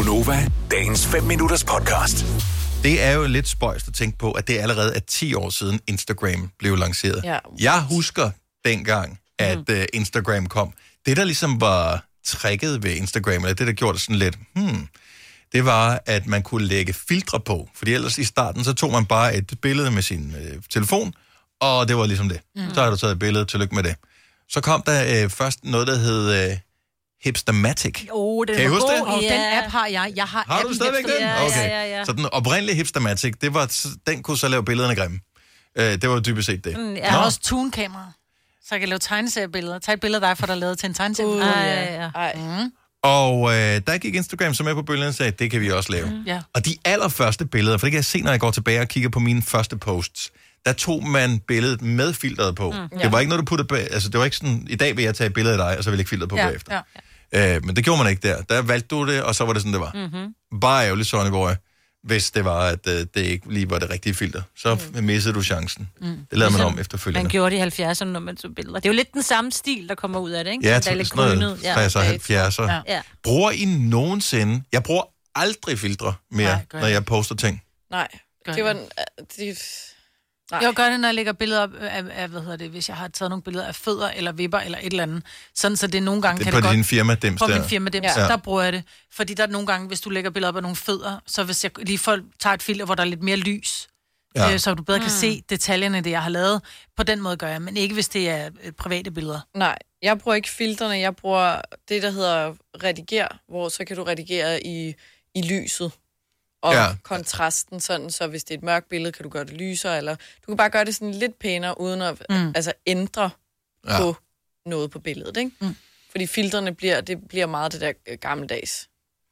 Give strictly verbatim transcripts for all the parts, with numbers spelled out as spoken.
Gonova, dagens fem minutters podcast. Det er jo lidt spøjst at tænke på, at det allerede er ti år siden Instagram blev lanceret. Ja. Jeg husker dengang, at mm. uh, Instagram kom. Det, der ligesom var tricket ved Instagram, eller det, der gjorde det sådan lidt, hmm, det var, at man kunne lægge filtre på. Fordi ellers i starten, så tog man bare et billede med sin øh, telefon, og det var ligesom det. Mm. Så har du taget et billede, tillykke med det. Så kom der øh, først noget, der hed øh, Hipstamatic. Oh, den kan I huske god. det? Og den app har jeg. Jeg har, har du stadigvæk den? Ja, okay. ja, ja, ja. Så den oprindelige Hipstamatic, det var, den kunne så lave billederne grimme. Øh, det var jo dybest set det. Mm, jeg har også Toon-kamera, så jeg kan lave tegneseriebilleder. Tag et billede af dig, for der er lavet til en tegneserie. Uh, ja. ja. Mm. Og øh, der gik Instagram så med på bølgen og sagde, det kan vi også lave. Mm. Ja. Og de allerførste billeder, for det kan jeg se, når jeg går tilbage og kigger på mine første posts, der tog man billedet med filteret på. Mm. Det var ikke noget, du puttede bag, altså det var ikke sådan, i dag vil jeg tage et billede af dig, og så vil jeg ikke filteret på ja. bagefter. Ja. Øh, men det gjorde man ikke der. Der valgte du det, og så var det sådan, det var. Mm-hmm. Bare ærgerligt, Sonny Boy, hvis det var, at øh, det ikke lige var det rigtige filter. Så mm. missede du chancen. Mm. Det lavede man om efterfølgende. Man gjorde det i halvfjerdserne, når man tog billeder. Det er jo lidt den samme stil, der kommer ud af det, ikke? Ja, der er lidt sådan tres og halvfjerdser. Ja. Ja. Bruger I nogensinde... Jeg bruger aldrig filtre mere, Nej, når jeg poster ting. Nej, det var... Det... Nej. Jeg gør det, når jeg lægger billeder op af, af, hvad hedder det, hvis jeg har taget nogle billeder af fødder, eller vipper, eller et eller andet. Sådan, så det er nogle gange... Det kan på det din godt, firma Dims På der. min firma Dims, ja. Der bruger jeg det. Fordi der er nogle gange, hvis du lægger billeder op af nogle fødder, så hvis jeg lige folk tager et filter, hvor der er lidt mere lys, ja. øh, så du bedre mm. kan se detaljerne, det jeg har lavet. På den måde gør jeg, men ikke hvis det er øh, private billeder. Nej, jeg bruger ikke filtrene, jeg bruger det, der hedder rediger, hvor så kan du redigere i, i lyset. Og ja. kontrasten, sådan, så hvis det er et mørkt billede, kan du gøre det lysere, eller du kan bare gøre det sådan lidt pænere, uden at mm. altså, ændre ja. på noget på billedet, ikke? Mm. Fordi filtrene bliver, det bliver meget det der gammeldags.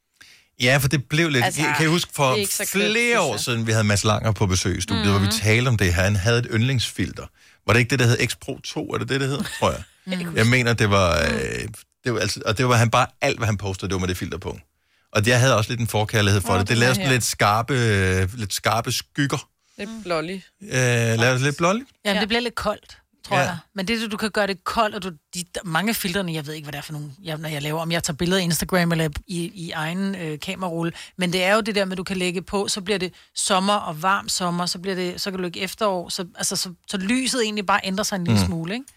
Ja, for det blev lidt... Altså, kan jeg huske, for flere kødt, år siden, vi havde Mads Langer på besøg i studiet, mm. hvor vi talte om det her. Han havde et yndlingsfilter. Var det ikke det, der hed X Pro to? Er det det, det hed, tror jeg? Mm. Jeg mener, det var... Øh, det var altså, og det var han bare alt, hvad han postede, det var med det filter på. Og jeg havde også lidt en forkærlighed for oh, det. Det, det lavede sådan lidt skarpe, lidt skarpe skygger. Lidt blåligt. Øh, lavede det lidt blåligt? Ja, ja, det bliver lidt koldt, tror ja. jeg. Men det, du kan gøre det koldt, og du, de, mange af filtrene, jeg ved ikke, hvad det er for nogle, jeg, når jeg laver, om jeg tager billeder af Instagram eller i, i egen øh, kamerarulle. Men det er jo det der med, at du kan lægge på, så bliver det sommer og varm sommer, så, bliver det, så kan du lægge efterår, så, altså, så, så lyset egentlig bare ændrer sig en lille mm. smule, ikke?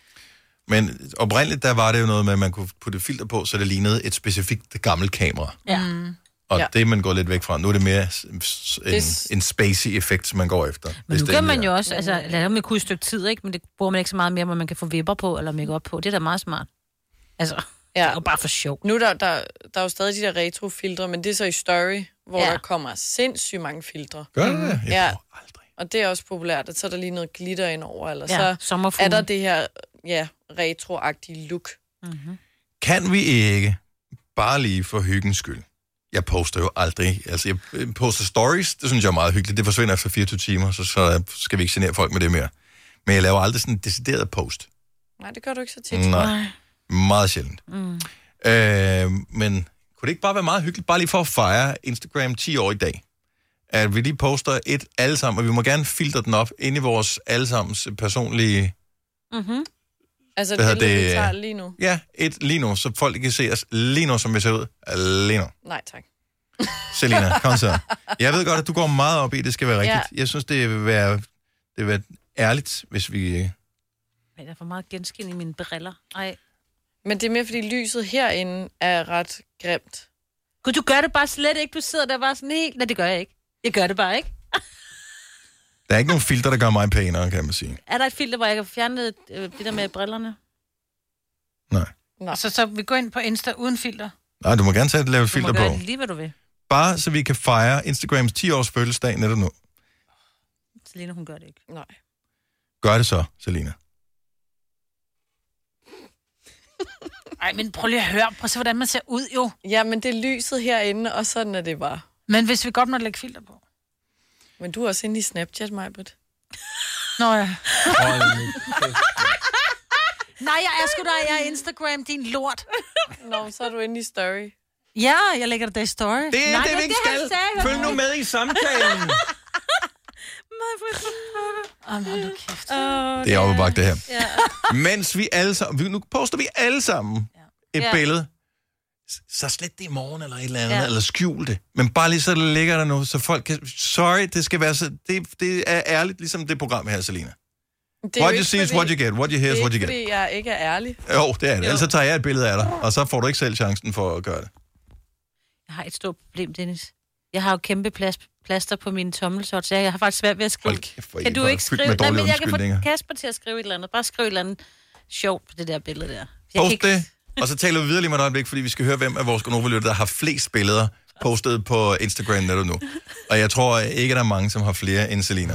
Men oprindeligt, der var det jo noget med, at man kunne putte filter på, så det lignede et specifikt gammelt kamera. Ja. Og ja. det man går lidt væk fra. Nu er det mere en, en spacey-effekt, som man går efter. Men nu kan man jo også, altså lad det kunne et stykke tid, ikke? Men det bruger man ikke så meget mere, hvor man kan få vipper på eller make-up på. Det er da meget smart. Altså, ja. det er jo bare for sjov. Nu der, der, der er jo stadig de der retro-filtre, men det er så i Story, hvor ja. der kommer sindssygt mange filtre. Gør det? Jeg ja. bruger aldrig. Og det er også populært, at så er der lige noget glitter ind over, eller ja, så er der det her ja, retro-agtige look. Mm-hmm. Kan vi ikke bare lige for hyggens skyld? Jeg poster jo aldrig. Altså, jeg poster stories, det synes jeg er meget hyggeligt. Det forsvinder efter fireogtyve timer, så, så skal vi ikke genere folk med det mere. Men jeg laver aldrig sådan en decideret post. Nej, det gør du ikke så tit. Nej, meget sjældent. Mm. Øh, men kunne det ikke bare være meget hyggeligt, bare lige for at fejre Instagram ti år i dag? At vi lige poster et alle sammen, og vi må gerne filtre den op ind i vores allesammens personlige... Mhm. Altså det billede, vi tager lige nu? Ja, et lige nu, så folk kan se os lige nu, som vi ser ud. Lige nu. Nej, tak. Selina, kom så. Jeg ved godt, at du går meget op i, det skal være rigtigt. Ja. Jeg synes, det vil være, det vil være ærligt, hvis vi... Men der er for meget genskin i mine briller. Ej. Men det er mere, fordi lyset herinde er ret grimt. Gud, du gør det bare slet ikke. Du sidder der bare sådan helt... Nej, det gør jeg ikke. Jeg gør det bare ikke. Der er ikke nogen filter, der gør mig pænere, kan man sige. Er der et filter, hvor jeg kan fjerne det, det der med brillerne? Nej. Nå. Så, så vi går ind på Insta uden filter? Nej, du må gerne tage et lave filter på. Du må gøre lige, hvad du vil. Bare så vi kan fejre Instagrams ti-års fødselsdag netop nu. Selina, hun gør det ikke. Nej. Gør det så, Selina. Ej, men prøv lige at høre. Prøv at se, hvordan man ser ud, jo. Ja, men det er lyset herinde, og sådan er det bare. Men hvis vi godt må lægge filter på. Men du er også inde i Snapchat, Majbrit. Nå ja. Nej, jeg er sgu da, jeg er Instagram, din lort. Nå, så er du inde i Story. Ja, jeg lægger det der i Story. Det er Nej, det, vi ikke skal. Følg nu med i samtalen. Åh, hold nu kæft. Det er oppe bag det her. Ja. Mens vi alle sammen... Nu poster vi alle sammen et ja. billede. så slet det i morgen eller et eller andet, ja. eller skjul det. Men bare lige så det ligger der nu, så folk kan... Sorry, det skal være så... Det, det er ærligt, ligesom det program her, Selina. What you see is what you get. What you hear is what you get. Det er ikke, fordi jeg ikke er ærlig. Jo, det er det. Ellers så tager jeg et billede af dig, og så får du ikke selv chancen for at gøre det. Jeg har et stort problem, Dennis. Jeg har jo kæmpe plads, plaster på mine tommelsot, så jeg har faktisk svært ved at skrive. Kæft, kan du ikke skrive? Nej, men jeg kan få Kasper til at skrive et eller andet. Bare skrive et eller andet sjovt på det der billede der. Jeg Post ikke... det, og så taler vi videre lige med et øjeblik, fordi vi skal høre, hvem af vores Gonova-lytter, der har flest billeder postet på Instagram netop nu. Og jeg tror ikke, der er mange, som har flere end Selina.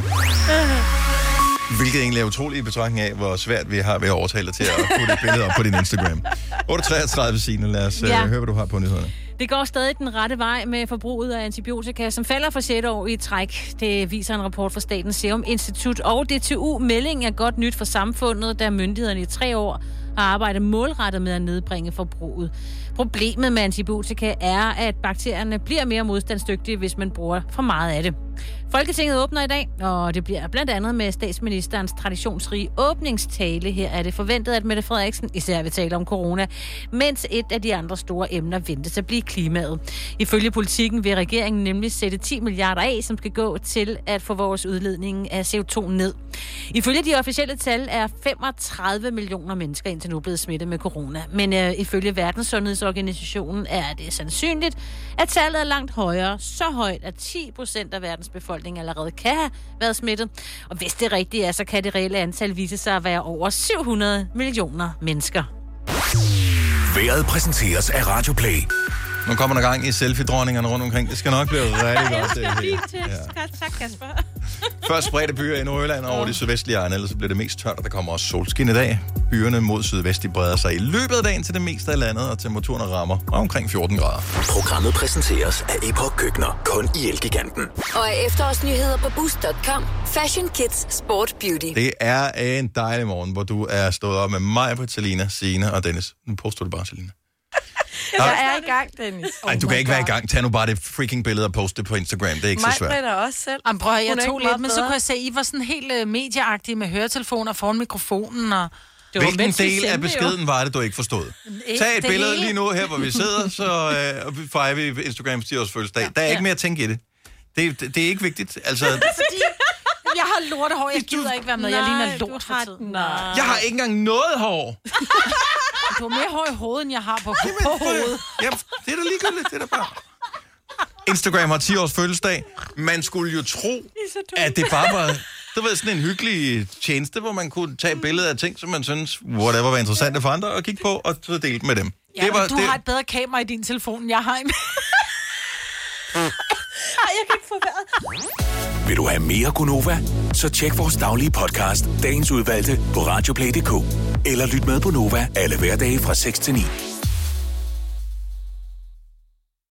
Hvilket egentlig er utroligt i betragtning af, hvor svært vi har ved at overtale dig til at putte et billede op på din Instagram. otte treogtredive, Signe. Lad os ja. uh, høre, hvad du har på nyhederne. Det går stadig den rette vej med forbruget af antibiotika, som falder for sjette år i træk. Det viser en rapport fra Statens Serum Institut og D T U. Meldingen er godt nyt for samfundet, da myndighederne i tre år har arbejdet målrettet med at nedbringe forbruget. Problemet med antibiotika er, at bakterierne bliver mere modstandsdygtige, hvis man bruger for meget af det. Folketinget åbner i dag, og det bliver blandt andet med statsministerens traditionsrige åbningstale. Her er det forventet, at Mette Frederiksen især vil tale om corona, mens et af de andre store emner ventes at blive klimaet. Ifølge Politikken vil regeringen nemlig sætte ti milliarder af, som skal gå til at få vores udledning af C O to ned. Ifølge de officielle tal er femogtredive millioner mennesker indtil nu blevet smittet med corona, men øh, ifølge Verdenssundhedsorganisationen er det sandsynligt, at tallet er langt højere, så højt, at ti procent af verdens befolkning allerede kan have været smittet. Og hvis det rigtigt er, så kan det reelle antal vise sig at være over syv hundrede millioner mennesker. Vejret præsenteres af Radio Play. Nu kommer der gang i selfie-dronningerne rundt omkring. Det skal nok blive rigtig godt. Jeg Det elsker her. din tekst. Ja. Tak, Kasper. Først spredte byer i Nordjylland over de sydvestlige egne, ellers så bliver det mest tørt, og der kommer også solskin i dag. Byerne mod sydvest, de breder sig i løbet af dagen til det meste af landet, og temperaturen rammer omkring fjorten grader. Programmet præsenteres af Epoch Køkkener, kun i Elgiganten. Og af efterårsnyheder på boost punktum com. Fashion, kids, sport, beauty. Det er en dejlig morgen, hvor du er stået op med mig, på Selina, Signe og Dennis. Nu poster du bare, Selina. Jeg er i gang, Dennis. Ej, du kan ikke være i gang. Tag nu bare det freaking billede og poste det på Instagram. Det er ikke Mig så svært. Mig også selv. Jamen, prøv, jeg Hun er tog ikke lidt, men så bedre. kunne jeg se, I var sådan helt uh, medieagtige med høretelefoner foran mikrofonen. Og... Det var, Hvilken mens vi del af sendte beskeden jo. var det, du ikke forstod? Ikke Tag et det billede hele. lige nu her, hvor vi sidder, så øh, og vi fejrer vi Instagrams ti års fødselsdag. Der er ikke mere at tænke i det. Det, det, det er ikke vigtigt. Altså, Fordi jeg har lortehår, jeg gider ikke være med. Jeg ligner lort for tiden. Nej. jeg har ikke engang noget hår. Du har mere hår i hovedet, end jeg har på, på hovedet. Jamen, det er da ligegyldigt, det er da bare. Instagram har ti års fødselsdag. Man skulle jo tro, at det bare var... Det var sådan en hyggelig tjeneste, hvor man kunne tage billeder af ting, som man synes, whatever, var interessante for andre, og kigge på, og så dele dem med dem. Ja, det var, du det... har et bedre kamera i din telefon, end jeg har i min. Ej, jeg kan ikke få vejret. Vil du have mere Gonova? Så tjek vores daglige podcast, dagens udvalgte, på radioplay punktum d k. Eller lyt med på Nova alle hverdage fra seks til ni.